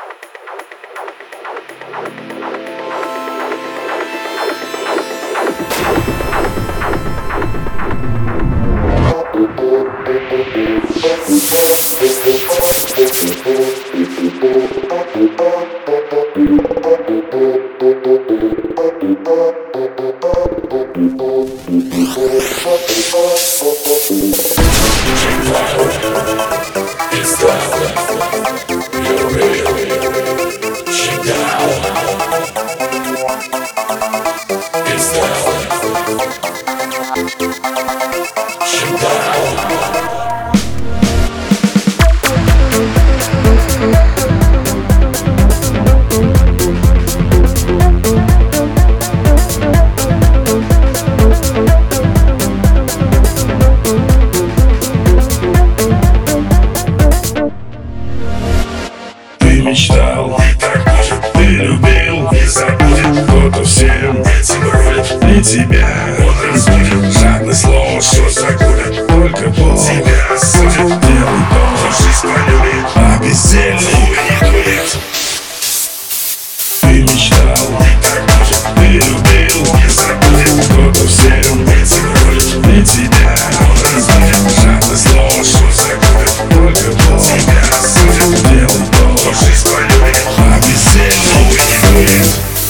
Мечтал, ты любил, не забудет. Кто-то всем этим рулит, и тебя он разбудит. Жадное слово, все загубит, только Бог тебя осудит. Делай то, жизнь полюбит, а бездельный не дует. Ты мечтал, ты любил, не забудет. Кто-то всем этим рулит, и тебя он разбудит. Жадное слово, все загубит, только Бог тебя осудит. Делай то, жизнь полюбит, а бездельный не дует.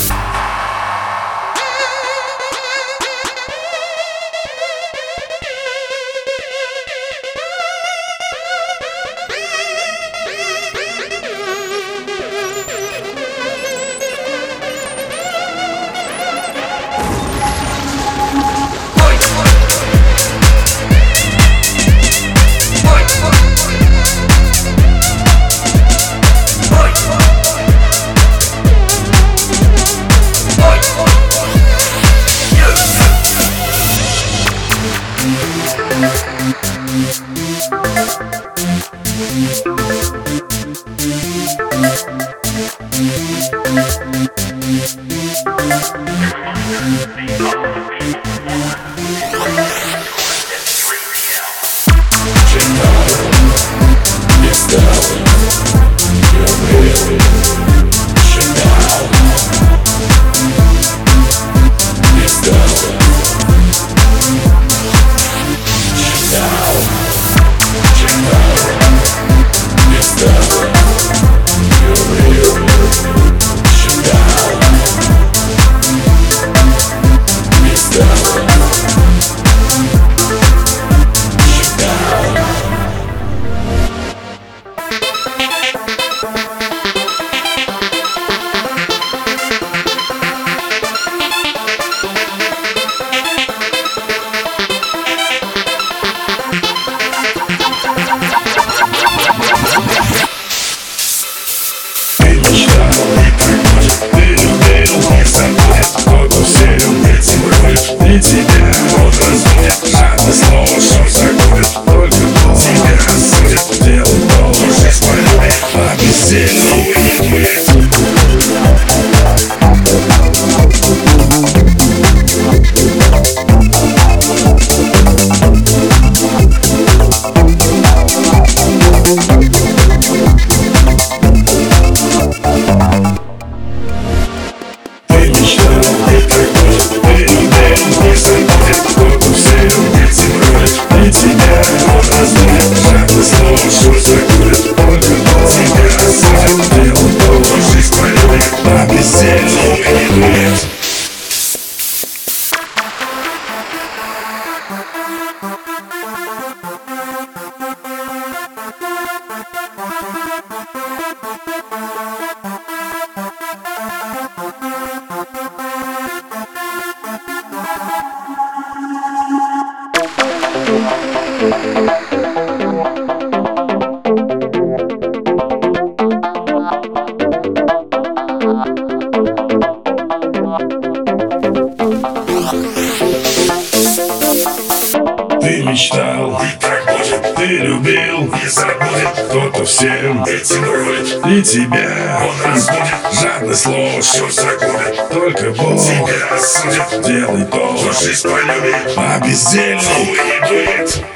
И тебя он разбудит. Жадное слово, что загубит, только Бог тебя осудит. Делай то, жизнь полюбит, а бездельный не дует. Ты мечтал, ты любил, не забудет. Кто-то всем этим рулит, и тебя он разбудит. Жадное слово, все загубит, только Бог тебя осудит. Делай то, жизнь полюбит, а бездельный не дует.